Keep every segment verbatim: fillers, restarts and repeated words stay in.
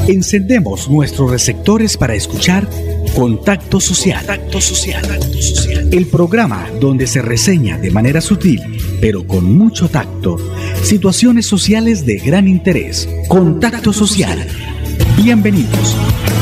Encendemos nuestros receptores para escuchar Contacto Social. Contacto Social. Contacto Social. El programa donde se reseña de manera sutil, pero con mucho tacto, situaciones sociales de gran interés. Contacto Social. Bienvenidos.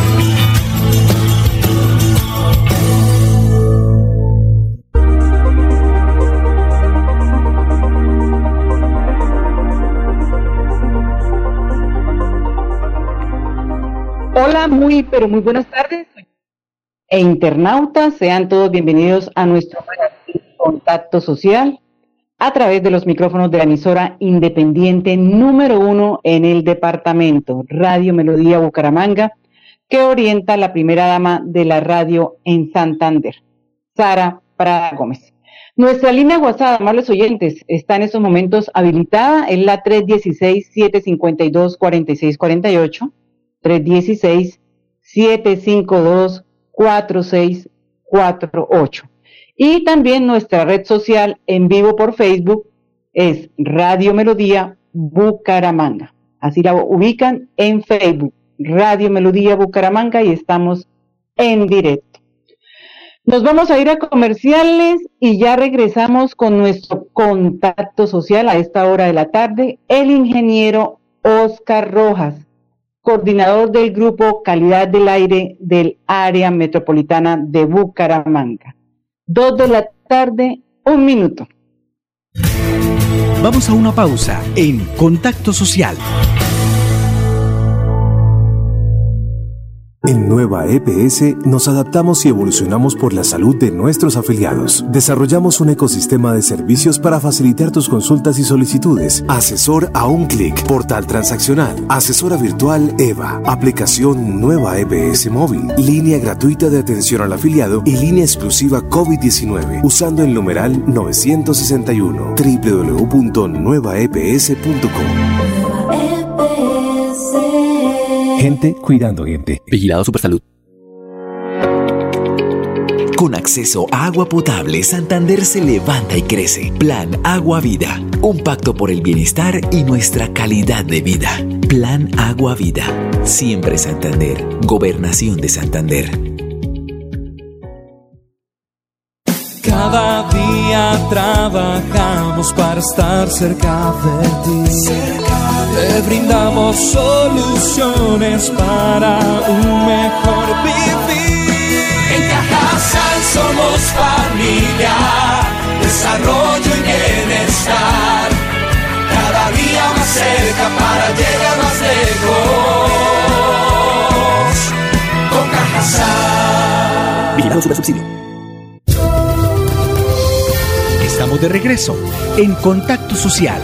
Hola, muy, pero muy buenas tardes. E internautas, sean todos bienvenidos a nuestro Contacto Social a través de los micrófonos de la emisora independiente número uno en el departamento, Radio Melodía Bucaramanga, que orienta a la primera dama de la radio en Santander, Sara Prada Gómez. Nuestra línea WhatsApp, amables oyentes, está en estos momentos habilitada, es la tres uno seis, siete cinco dos, cuatro seis cuatro ocho, tres uno seis, siete cinco dos, cuatro seis cuatro ocho. Y también nuestra red social en vivo por Facebook es Radio Melodía Bucaramanga. Así la ubican en Facebook, Radio Melodía Bucaramanga, y estamos en directo. Nos vamos a ir a comerciales y ya regresamos con nuestro contacto social a esta hora de la tarde, el ingeniero Oscar Rojas, coordinador del Grupo Calidad del Aire del Área Metropolitana de Bucaramanga. Dos de la tarde, un minuto. Vamos a una pausa en Contacto Social. En Nueva E P S nos adaptamos y evolucionamos por la salud de nuestros afiliados. Desarrollamos un ecosistema de servicios para facilitar tus consultas y solicitudes. Asesor a un clic, portal transaccional, asesora virtual EVA, aplicación Nueva E P S móvil, línea gratuita de atención al afiliado y línea exclusiva COVID diecinueve usando el numeral novecientos sesenta y uno, doble u doble u doble u punto nueva e p s punto com. Gente cuidando gente. Vigilado Supersalud. Con acceso a agua potable, Santander se levanta y crece. Plan Agua Vida. Un pacto por el bienestar y nuestra calidad de vida. Plan Agua Vida. Siempre Santander. Gobernación de Santander. Cada día trabajamos para estar cerca de ti. Te brindamos soluciones para un mejor vivir. En Cajasal somos familia, desarrollo y bienestar. Cada día más cerca para llegar más lejos. Con Cajasal. Vigilado Supersubsidio. Estamos de regreso en Contacto Social.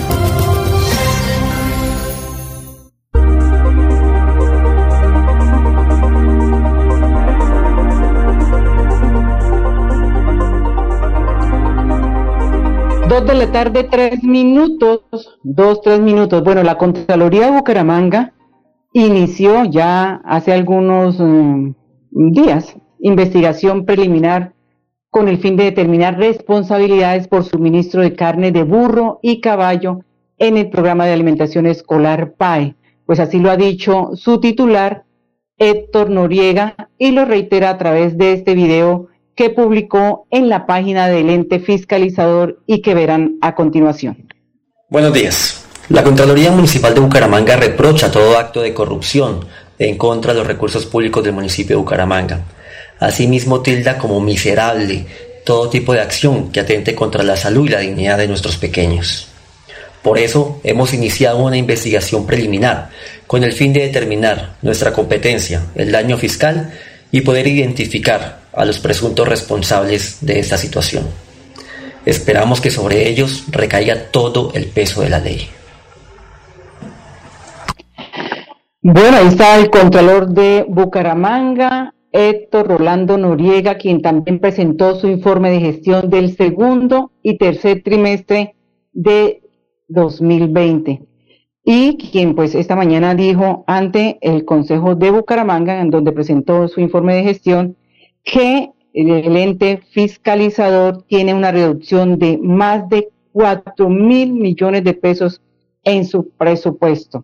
Dos de la tarde, tres minutos, dos, tres minutos. Bueno, la Contraloría de Bucaramanga inició ya hace algunos um, días investigación preliminar con el fin de determinar responsabilidades por suministro de carne de burro y caballo en el programa de alimentación escolar P A E. Pues así lo ha dicho su titular, Héctor Noriega, y lo reitera a través de este video que publicó en la página del ente fiscalizador y que verán a continuación. Buenos días. La Contraloría Municipal de Bucaramanga reprocha todo acto de corrupción en contra de los recursos públicos del municipio de Bucaramanga. Asimismo tilda como miserable todo tipo de acción que atente contra la salud y la dignidad de nuestros pequeños. Por eso hemos iniciado una investigación preliminar con el fin de determinar nuestra competencia, el daño fiscal y poder identificar a los presuntos responsables de esta situación. Esperamos que sobre ellos recaiga todo el peso de la ley. Bueno, ahí está el Contralor de Bucaramanga, Héctor Rolando Noriega, quien también presentó su informe de gestión del segundo y tercer trimestre de dos mil veinte. Y quien pues esta mañana dijo ante el Consejo de Bucaramanga, en donde presentó su informe de gestión, que el ente fiscalizador tiene una reducción de más de cuatro mil millones de pesos en su presupuesto.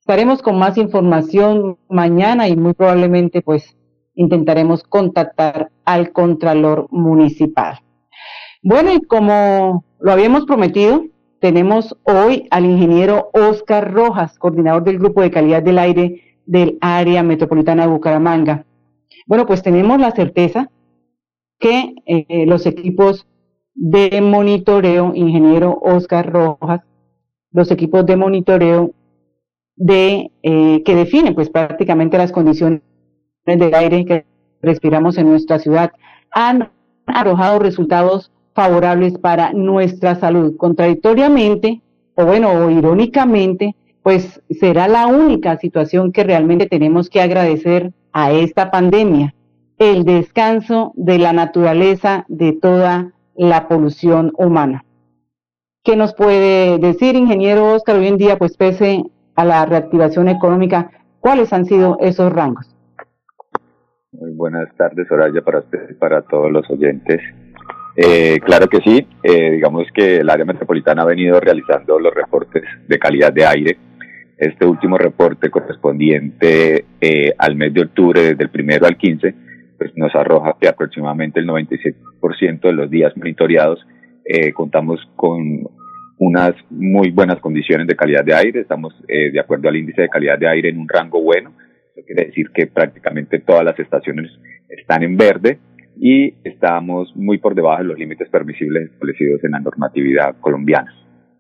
Estaremos con más información mañana y muy probablemente pues intentaremos contactar al Contralor Municipal. Bueno, y como lo habíamos prometido, tenemos hoy al ingeniero Oscar Rojas, coordinador del Grupo de Calidad del Aire del Área Metropolitana de Bucaramanga. Bueno, pues tenemos la certeza que eh, los equipos de monitoreo, ingeniero Oscar Rojas, los equipos de monitoreo de eh, que definen pues prácticamente las condiciones del aire que respiramos en nuestra ciudad, han arrojado resultados favorables para nuestra salud. Contradictoriamente, o bueno, o irónicamente, pues será la única situación que realmente tenemos que agradecer a esta pandemia, el descanso de la naturaleza de toda la polución humana. ¿Qué nos puede decir, ingeniero Oscar, hoy en día, pues pese a la reactivación económica, cuáles han sido esos rangos? Muy buenas tardes, Soraya, para usted y para todos los oyentes. Eh, claro que sí, eh, digamos que el área metropolitana ha venido realizando los reportes de calidad de aire. Este último reporte correspondiente eh, al mes de octubre, desde el primero al quince, pues nos arroja que aproximadamente el noventa y seis por ciento de los días monitoreados eh, contamos con unas muy buenas condiciones de calidad de aire. Estamos eh, de acuerdo al índice de calidad de aire en un rango bueno. Eso quiere decir que prácticamente todas las estaciones están en verde y estamos muy por debajo de los límites permisibles establecidos en la normatividad colombiana.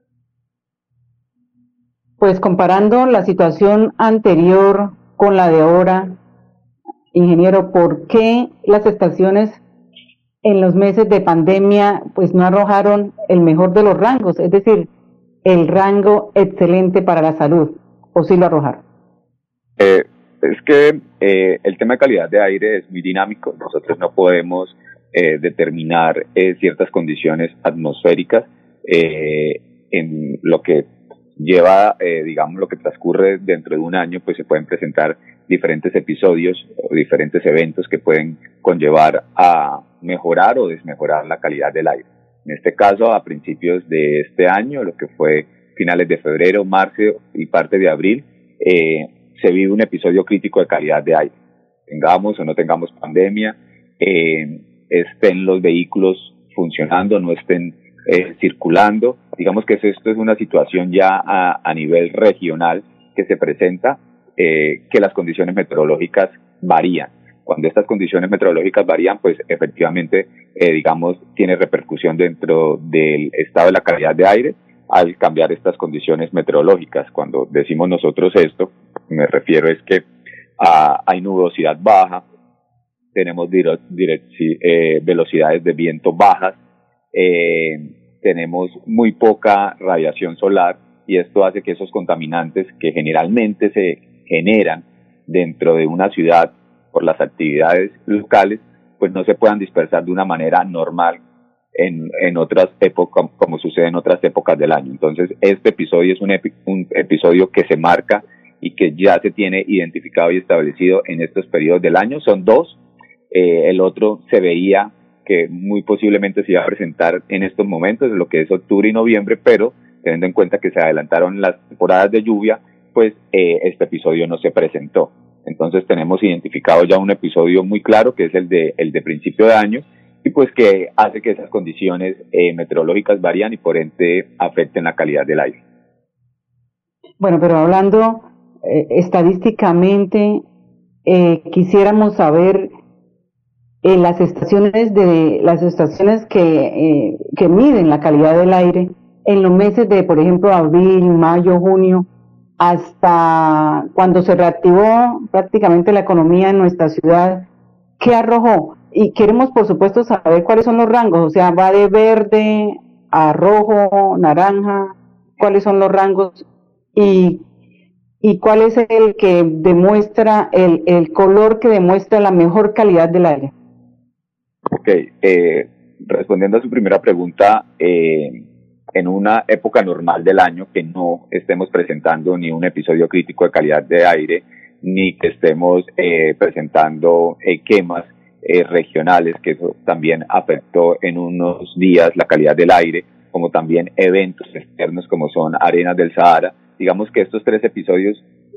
Pues comparando la situación anterior con la de ahora, ingeniero, ¿por qué las estaciones en los meses de pandemia pues no arrojaron el mejor de los rangos, es decir, el rango excelente para la salud, o sí lo arrojaron? Eh, es que eh, el tema de calidad de aire es muy dinámico. Nosotros no podemos eh, determinar eh, ciertas condiciones atmosféricas eh, en lo que lleva, eh, digamos, lo que transcurre dentro de un año, pues se pueden presentar diferentes episodios o diferentes eventos que pueden conllevar a mejorar o desmejorar la calidad del aire. En este caso, a principios de este año, lo que fue finales de febrero, marzo y parte de abril, eh, se vive un episodio crítico de calidad de aire. Tengamos o no tengamos pandemia, eh, estén los vehículos funcionando, no estén eh, circulando. Digamos que esto es una situación ya a, a nivel regional que se presenta, eh, que las condiciones meteorológicas varían. Cuando estas condiciones meteorológicas varían, pues efectivamente, eh, digamos, tiene repercusión dentro del estado de la calidad de aire al cambiar estas condiciones meteorológicas. Cuando decimos nosotros esto, me refiero es que ah, hay nubosidad baja, tenemos dire- direc- eh, velocidades de viento bajas, eh, tenemos muy poca radiación solar, y esto hace que esos contaminantes que generalmente se generan dentro de una ciudad por las actividades locales, pues no se puedan dispersar de una manera normal en, en otras épocas, como sucede en otras épocas del año. Entonces, este episodio es un, epi, un episodio que se marca y que ya se tiene identificado y establecido en estos periodos del año. Son dos. Eh, el otro se veía que muy posiblemente se iba a presentar en estos momentos, lo que es octubre y noviembre, pero teniendo en cuenta que se adelantaron las temporadas de lluvia, pues eh, este episodio no se presentó. Entonces tenemos identificado ya un episodio muy claro, que es el de el de principio de año, y pues que hace que esas condiciones eh, meteorológicas varían y por ende afecten la calidad del aire. Bueno, pero hablando eh, estadísticamente, eh, quisiéramos saber en las estaciones de las estaciones que eh, que miden la calidad del aire en los meses de, por ejemplo, abril, mayo, junio, hasta cuando se reactivó prácticamente la economía en nuestra ciudad, ¿qué arrojó? Y queremos, por supuesto, saber cuáles son los rangos, o sea, va de verde a rojo, naranja, cuáles son los rangos y, y cuál es el que demuestra, el, el color que demuestra la mejor calidad del aire. Ok, eh, respondiendo a su primera pregunta, eh, en una época normal del año que no estemos presentando ni un episodio crítico de calidad de aire, ni que estemos eh, presentando eh, quemas eh, regionales, que eso también afectó en unos días la calidad del aire, como también eventos externos como son arenas del Sahara. Digamos que estos tres episodios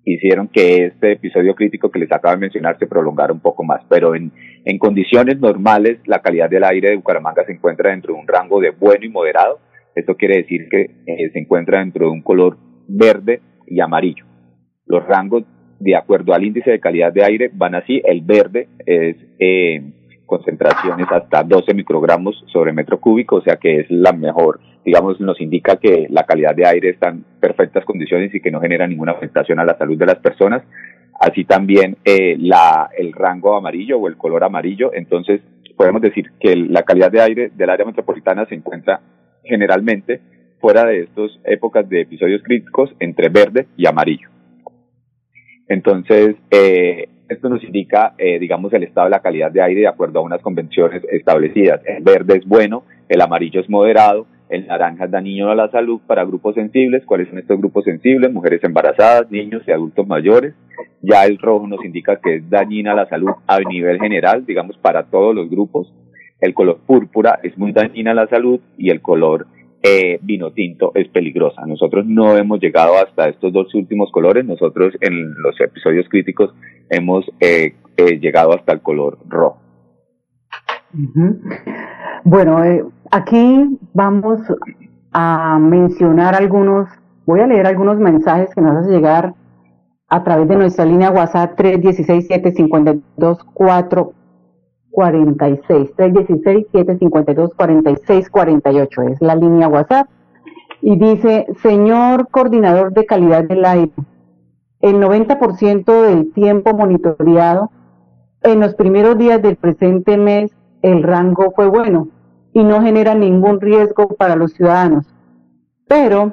hicieron que este episodio crítico que les acabo de mencionar se prolongara un poco más. Pero en, en condiciones normales, la calidad del aire de Bucaramanga se encuentra dentro de un rango de bueno y moderado. Esto quiere decir que eh, se encuentra dentro de un color verde y amarillo. Los rangos, de acuerdo al índice de calidad de aire, van así. El verde es eh, concentraciones hasta doce microgramos sobre metro cúbico, o sea que es la mejor. Digamos, nos indica que la calidad de aire está en perfectas condiciones y que no genera ninguna afectación a la salud de las personas. Así también eh, la, el rango amarillo o el color amarillo. Entonces, podemos decir que la calidad de aire del área metropolitana se encuentra generalmente fuera de estas épocas de episodios críticos entre verde y amarillo. Entonces, eh, esto nos indica, eh, digamos, el estado de la calidad de aire de acuerdo a unas convenciones establecidas. El verde es bueno, el amarillo es moderado, el naranja es dañino a la salud para grupos sensibles. ¿Cuáles son estos grupos sensibles? Mujeres embarazadas, niños y adultos mayores. Ya el rojo nos indica que es dañina a la salud a nivel general, digamos, para todos los grupos. El color púrpura es muy dañina a la salud y el color eh, vino tinto es peligrosa. Nosotros no hemos llegado hasta estos dos últimos colores. Nosotros en los episodios críticos hemos eh, eh, llegado hasta el color rojo. Uh-huh. Bueno, eh, aquí vamos a mencionar algunos, voy a leer algunos mensajes que nos hacen llegar a través de nuestra línea WhatsApp tres uno seis, siete cinco dos, cuatro cuatro seis, tres uno seis, siete cinco dos, cuatro seis cuatro ocho, es la línea WhatsApp, y dice: señor coordinador de calidad del aire, el noventa por ciento del tiempo monitoreado en los primeros días del presente mes el rango fue bueno y no genera ningún riesgo para los ciudadanos. Pero,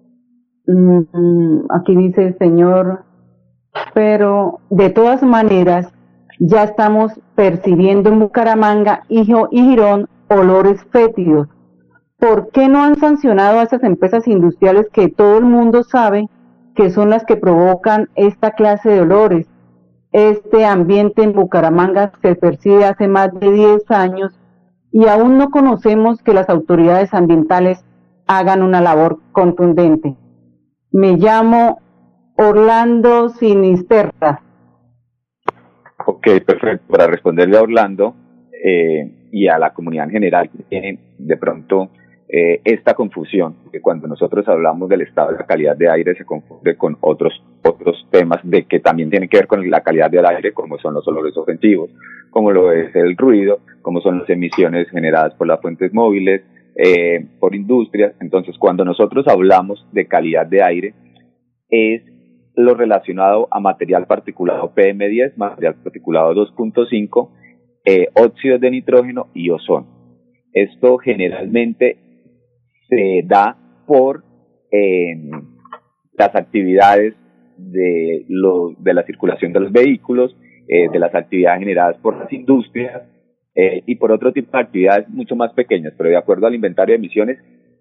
mmm, aquí dice el señor, pero de todas maneras ya estamos percibiendo en Bucaramanga y Girón olores fétidos. ¿Por qué no han sancionado a esas empresas industriales que todo el mundo sabe que son las que provocan esta clase de olores? Este ambiente en Bucaramanga se percibe hace más de diez años y aún no conocemos que las autoridades ambientales hagan una labor contundente. Me llamo Orlando Sinisterra. Ok, perfecto. Para responderle a Orlando eh, y a la comunidad en general que tienen de pronto eh, esta confusión, que cuando nosotros hablamos del estado de la calidad de aire se confunde con otros otros temas de que también tienen que ver con la calidad del aire, como son los olores ofensivos, como lo es el ruido, como son las emisiones generadas por las fuentes móviles, eh, por industrias. Entonces, cuando nosotros hablamos de calidad de aire, es lo relacionado a material particulado P M diez, material particulado dos punto cinco, eh, óxidos de nitrógeno y ozono. Esto generalmente se da por eh, las actividades de, lo, de la circulación de los vehículos, eh, de las actividades generadas por las industrias eh, y por otro tipo de actividades mucho más pequeñas, pero de acuerdo al inventario de emisiones,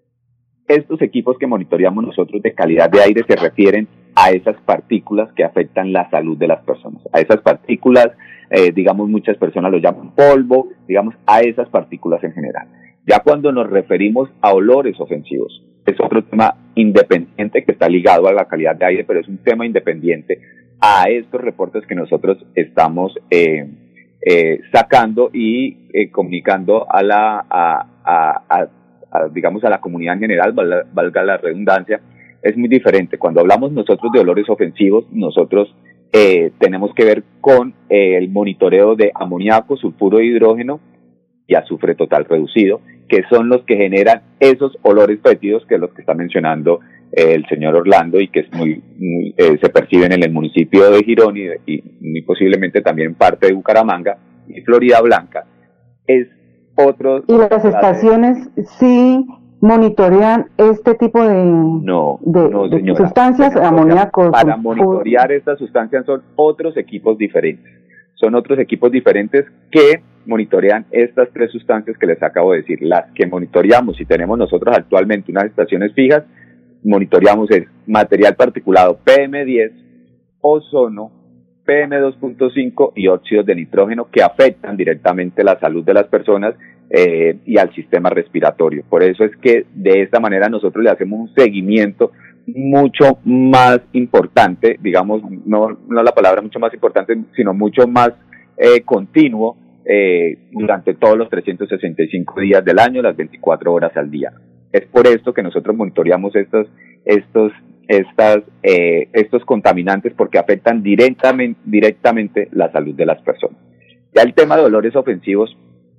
estos equipos que monitoreamos nosotros de calidad de aire se refieren a esas partículas que afectan la salud de las personas, a esas partículas, eh, digamos, muchas personas lo llaman polvo, digamos, a esas partículas en general. Ya cuando nos referimos a olores ofensivos, es otro tema independiente que está ligado a la calidad de aire, pero es un tema independiente a estos reportes que nosotros estamos eh, eh, sacando y eh, comunicando a la, a, a, a, a, digamos, a la comunidad en general, valga, valga la redundancia. Es muy diferente. Cuando hablamos nosotros de olores ofensivos, nosotros eh, tenemos que ver con eh, el monitoreo de amoníaco, sulfuro de hidrógeno y azufre total reducido, que son los que generan esos olores fétidos, que es los que está mencionando eh, el señor Orlando y que es muy, muy eh, se perciben en el municipio de Girón y, y muy posiblemente también parte de Bucaramanga y Florida Blanca. Es otro. ¿Y las estaciones sí monitorean este tipo de, no, de, no, de señora, sustancias, amoníaco? Para monitorear estas sustancias son otros equipos diferentes. Son otros equipos diferentes que monitorean estas tres sustancias que les acabo de decir. Las que monitoreamos y tenemos nosotros actualmente unas estaciones fijas, monitoreamos el material particulado P M diez, ozono, P M dos punto cinco y óxidos de nitrógeno que afectan directamente la salud de las personas eh, y al sistema respiratorio. Por eso es que de esta manera nosotros le hacemos un seguimiento mucho más importante, digamos, no, no la palabra mucho más importante, sino mucho más eh, continuo eh, durante todos los trescientos sesenta y cinco días del año, las veinticuatro horas al día. Es por esto que nosotros monitoreamos estos, estos, estas, eh, estos contaminantes, porque afectan directamente, directamente la salud de las personas. Ya el tema de olores ofensivos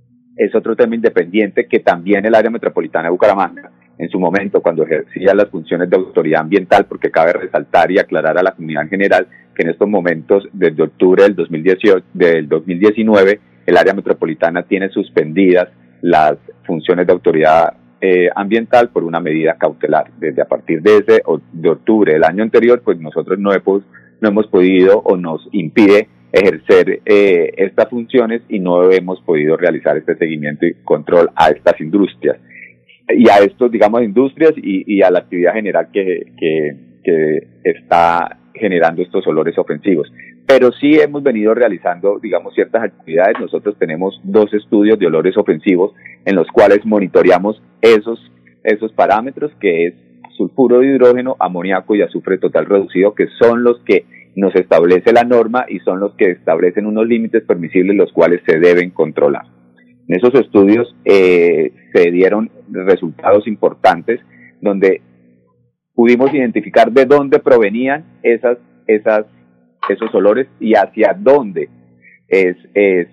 es otro tema independiente que también el área metropolitana de Bucaramanga, en su momento, cuando ejercía las funciones de autoridad ambiental, porque cabe resaltar y aclarar a la comunidad en general que en estos momentos, desde octubre del dos mil dieciocho, del dos mil diecinueve, el área metropolitana tiene suspendidas las funciones de autoridad eh, ambiental por una medida cautelar. Desde a partir de ese de octubre del año anterior, pues nosotros no hemos, no hemos podido o nos impide ejercer eh, estas funciones y no hemos podido realizar este seguimiento y control a estas industrias y a estos, digamos, industrias y, y a la actividad general que, que, que está generando estos olores ofensivos. Pero sí hemos venido realizando, digamos, ciertas actividades. Nosotros tenemos dos estudios de olores ofensivos en los cuales monitoreamos esos, esos parámetros, que es sulfuro de hidrógeno, amoníaco y azufre total reducido, que son los que nos establece la norma y son los que establecen unos límites permisibles los cuales se deben controlar. En esos estudios eh, se dieron resultados importantes donde pudimos identificar de dónde provenían esas, esas, esos olores y hacia dónde es, eh,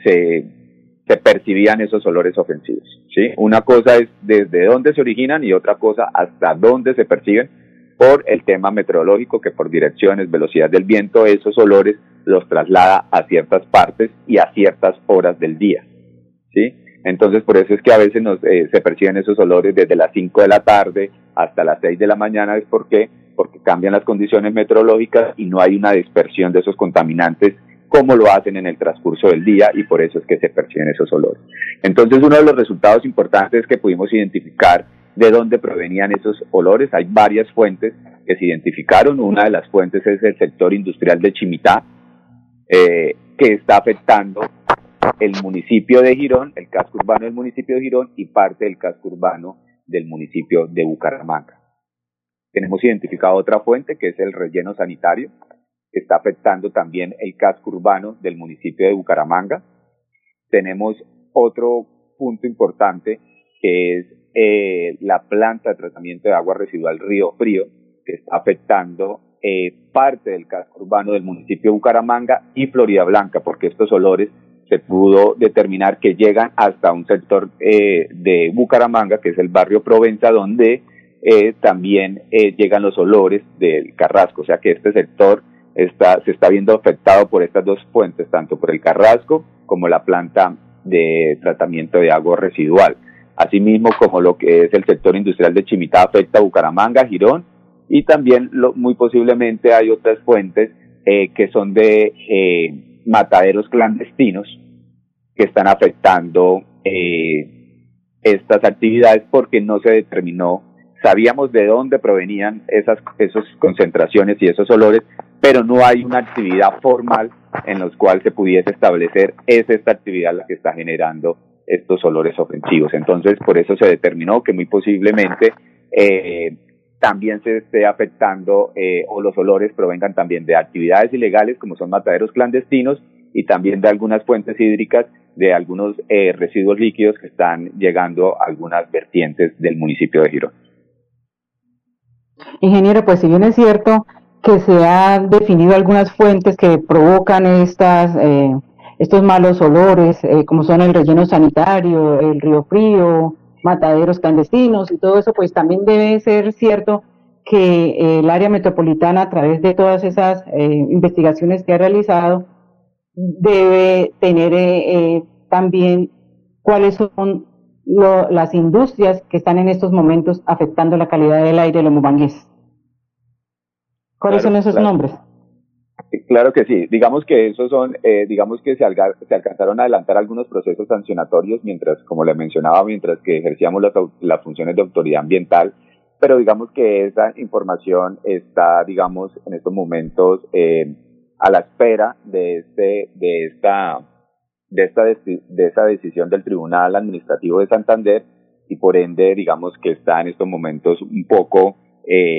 se, se percibían esos olores ofensivos, ¿sí? Una cosa es desde dónde se originan y otra cosa hasta dónde se perciben por el tema meteorológico, que por direcciones, velocidad del viento, esos olores los traslada a ciertas partes y a ciertas horas del día, ¿sí? Entonces, por eso es que a veces nos, eh, se perciben esos olores desde las cinco de la tarde hasta las seis de la mañana. ¿Es por qué? Porque cambian las condiciones meteorológicas y no hay una dispersión de esos contaminantes como lo hacen en el transcurso del día, y por eso es que se perciben esos olores. Entonces, uno de los resultados importantes es que pudimos identificar de dónde provenían esos olores. Hay varias fuentes que se identificaron. Una de las fuentes es el sector industrial de Chimitá, eh, que está afectando el municipio de Girón, el casco urbano del municipio de Girón y parte del casco urbano del municipio de Bucaramanga. Tenemos identificado otra fuente, que es el relleno sanitario, que está afectando también el casco urbano del municipio de Bucaramanga. Tenemos otro punto importante, que es eh, la planta de tratamiento de agua residual Río Frío, que está afectando eh, parte del casco urbano del municipio de Bucaramanga y Florida Blanca, porque estos olores se pudo determinar que llegan hasta un sector eh, de Bucaramanga, que es el barrio Provenza, donde eh, también eh, llegan los olores del Carrasco. O sea que este sector está, se está viendo afectado por estas dos fuentes, tanto por el Carrasco como la planta de tratamiento de agua residual. Asimismo, como lo que es el sector industrial de Chimitá afecta a Bucaramanga, Girón, y también lo, muy posiblemente hay otras fuentes eh, que son de eh, mataderos clandestinos que están afectando eh, estas actividades porque no se determinó. Sabíamos de dónde provenían esas, esas concentraciones y esos olores, pero no hay una actividad formal en la cual se pudiese establecer es esta actividad la que está generando estos olores ofensivos. Entonces, por eso se determinó que muy posiblemente eh, también se esté afectando eh, o los olores provengan también de actividades ilegales como son mataderos clandestinos y también de algunas fuentes hídricas, de algunos eh, residuos líquidos que están llegando a algunas vertientes del municipio de Girón. Ingeniero, pues si bien es cierto que se han definido algunas fuentes que provocan estas eh, estos malos olores, eh, como son el relleno sanitario, el Río Frío, mataderos clandestinos y todo eso, pues también debe ser cierto que eh, el área metropolitana, a través de todas esas eh, investigaciones que ha realizado, debe tener eh, eh, también cuáles son lo, las industrias que están en estos momentos afectando la calidad del aire de los mubangueses. ¿Cuáles claro, son esos claro. nombres? Claro que sí. Digamos que esos son, eh, digamos que se, alga, se alcanzaron a adelantar algunos procesos sancionatorios mientras, como le mencionaba, mientras que ejercíamos las, las funciones de autoridad ambiental, pero digamos que esa información está, digamos, en estos momentos eh, a la espera de este, de esta, de esta, de esa decisión del Tribunal Administrativo de Santander y por ende, digamos que está en estos momentos un poco eh,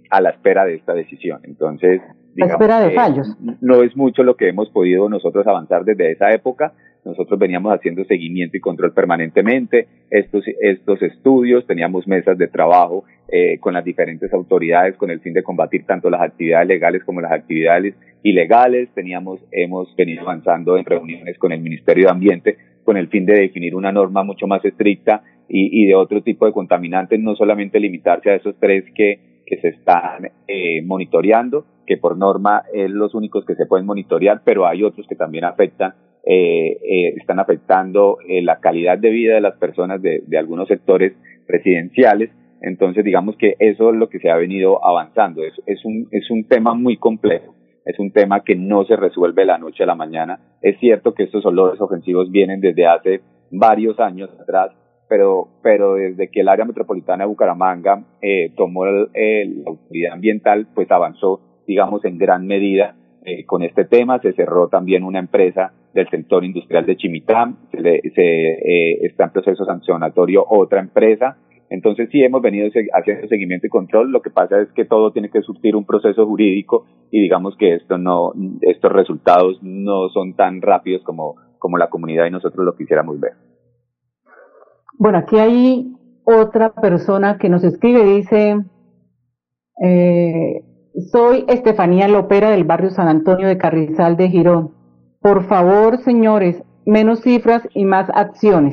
a la espera de esta decisión. Entonces, digamos, a espera de fallos. Eh, no es mucho lo que hemos podido nosotros avanzar desde esa época. Nosotros veníamos haciendo seguimiento y control permanentemente, estos, estos estudios, teníamos mesas de trabajo eh, con las diferentes autoridades con el fin de combatir tanto las actividades legales como las actividades ilegales. Teníamos, hemos venido avanzando en reuniones con el Ministerio de Ambiente con el fin de definir una norma mucho más estricta y, y de otro tipo de contaminantes, no solamente limitarse a esos tres que, que se están eh, monitoreando, que por norma es los únicos que se pueden monitorear, pero hay otros que también afectan Eh, eh, están afectando eh, la calidad de vida de las personas de, de algunos sectores residenciales. Entonces, digamos que eso es lo que se ha venido avanzando. Es, es un es un tema muy complejo, es un tema que no se resuelve de la noche a la mañana. Es cierto que estos olores ofensivos vienen desde hace varios años atrás, pero pero desde que el área metropolitana de Bucaramanga eh, tomó el, el, la autoridad ambiental, pues avanzó, digamos, en gran medida eh, con este tema. Se cerró también una empresa del sector industrial de Chimitá, se, le, se eh, está en proceso sancionatorio otra empresa. Entonces sí hemos venido haciendo seguimiento y control. Lo que pasa es que todo tiene que surtir un proceso jurídico y digamos que esto no, estos resultados no son tan rápidos como, como la comunidad y nosotros lo quisiéramos ver. Bueno, aquí hay otra persona que nos escribe, dice, eh, soy Estefanía Lopera del barrio San Antonio de Carrizal de Girón. Por favor, señores, menos cifras y más acciones.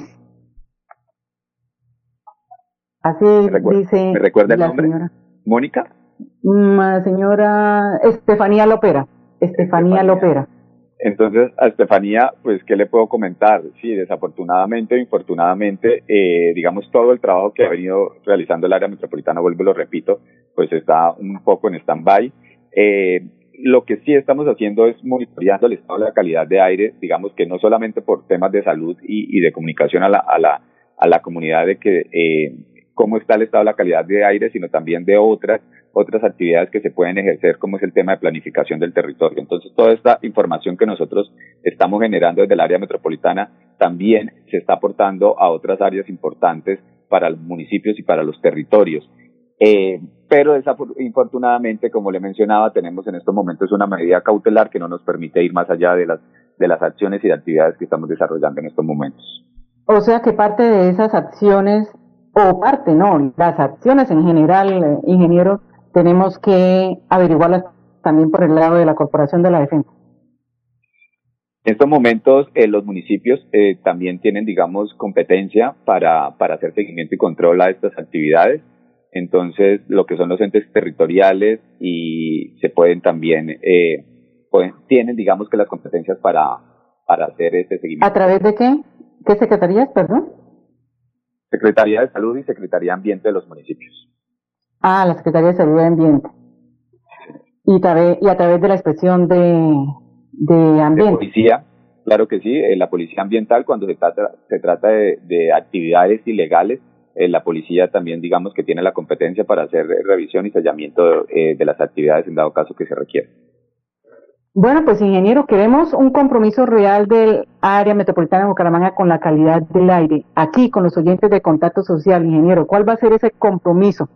Así ¿Me recuerda, dice ¿me recuerda el la nombre? señora. ¿Mónica? La señora Estefanía Lopera. Estefanía, Estefanía Lopera. Entonces, a Estefanía, pues, ¿qué le puedo comentar? Sí, desafortunadamente o infortunadamente, eh, digamos, todo el trabajo que ha venido realizando el área metropolitana, vuelvo y lo repito, pues está un poco en stand-by. Eh, Lo que sí estamos haciendo es monitoreando el estado de la calidad de aire, digamos que no solamente por temas de salud y, y de comunicación a la, a la, a la comunidad de que eh, cómo está el estado de la calidad de aire, sino también de otras, otras actividades que se pueden ejercer, como es el tema de planificación del territorio. Entonces, toda esta información que nosotros estamos generando desde el área metropolitana también se está aportando a otras áreas importantes para los municipios y para los territorios. Eh, pero desafortunadamente, como le mencionaba, tenemos en estos momentos una medida cautelar que no nos permite ir más allá de las de las acciones y de actividades que estamos desarrollando en estos momentos. O sea que parte de esas acciones, o parte no, las acciones en general, eh, ingeniero, tenemos que averiguarlas también por el lado de la Corporación de la Defensa. En estos momentos, eh, los municipios eh, también tienen, digamos, competencia para, para hacer seguimiento y control a estas actividades. Entonces, lo que son los entes territoriales y se pueden también, eh, pueden, tienen, digamos, que las competencias para, para hacer este seguimiento. ¿A través de qué? ¿Qué secretarías, perdón? Secretaría de Salud y Secretaría de Ambiente de los municipios. Ah, la Secretaría de Salud y Ambiente. Y, y a través de la expresión de, de ambiente. De policía, claro que sí, eh, la policía ambiental cuando se trata, se trata de, de actividades ilegales, eh, la policía también digamos que tiene la competencia para hacer revisión y sellamiento eh, de las actividades en dado caso que se requiera. Bueno, pues ingeniero, queremos un compromiso real del área metropolitana de Bucaramanga con la calidad del aire. Aquí con los oyentes de Contacto Social, ingeniero, ¿cuál va a ser ese compromiso?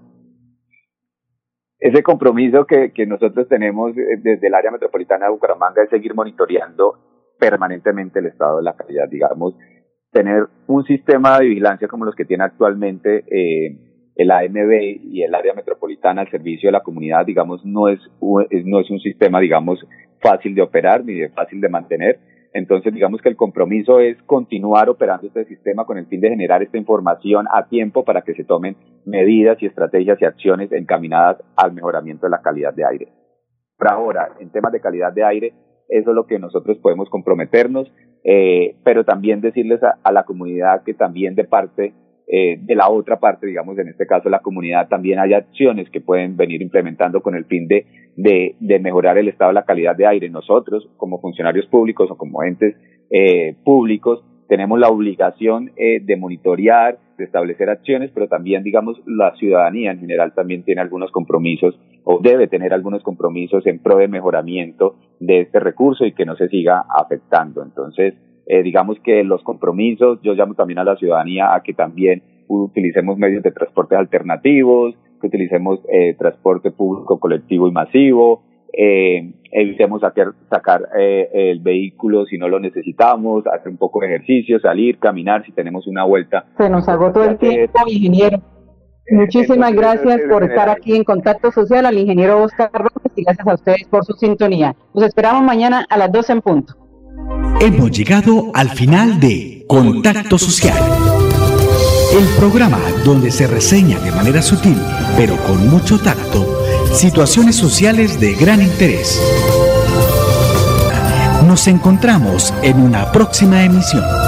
Ese compromiso que, que nosotros tenemos desde el área metropolitana de Bucaramanga es seguir monitoreando permanentemente el estado de la calidad, digamos, tener un sistema de vigilancia como los que tiene actualmente eh, el A M B y el área metropolitana al servicio de la comunidad, digamos, no es, no es un sistema, digamos, fácil de operar ni de fácil de mantener. Entonces, digamos que el compromiso es continuar operando este sistema con el fin de generar esta información a tiempo para que se tomen medidas y estrategias y acciones encaminadas al mejoramiento de la calidad de aire. Por ahora, en temas de calidad de aire, eso es lo que nosotros podemos comprometernos, eh, pero también decirles a, a la comunidad que también de parte, eh, de la otra parte, digamos, en este caso la comunidad, también hay acciones que pueden venir implementando con el fin de, de, de mejorar el estado de la calidad de aire. Nosotros, como funcionarios públicos o como entes eh, públicos, tenemos la obligación eh, de monitorear, de establecer acciones, pero también, digamos, la ciudadanía en general también tiene algunos compromisos o debe tener algunos compromisos en pro de mejoramiento de este recurso y que no se siga afectando. Entonces, eh, digamos que los compromisos, yo llamo también a la ciudadanía a que también utilicemos medios de transporte alternativos, que utilicemos eh, transporte público colectivo y masivo, eh, evitemos sacar, sacar eh, el vehículo si no lo necesitamos, hacer un poco de ejercicio, salir, caminar si tenemos una vuelta. Se nos agotó el tiempo, ingeniero. Muchísimas Entonces, gracias por estar aquí en Contacto Social, al ingeniero Oscar Robles, y gracias a ustedes por su sintonía. Nos esperamos mañana a las doce en punto. Hemos llegado al final de Contacto Social, el programa donde se reseña de manera sutil, pero con mucho tacto, situaciones sociales de gran interés. Nos encontramos en una próxima emisión.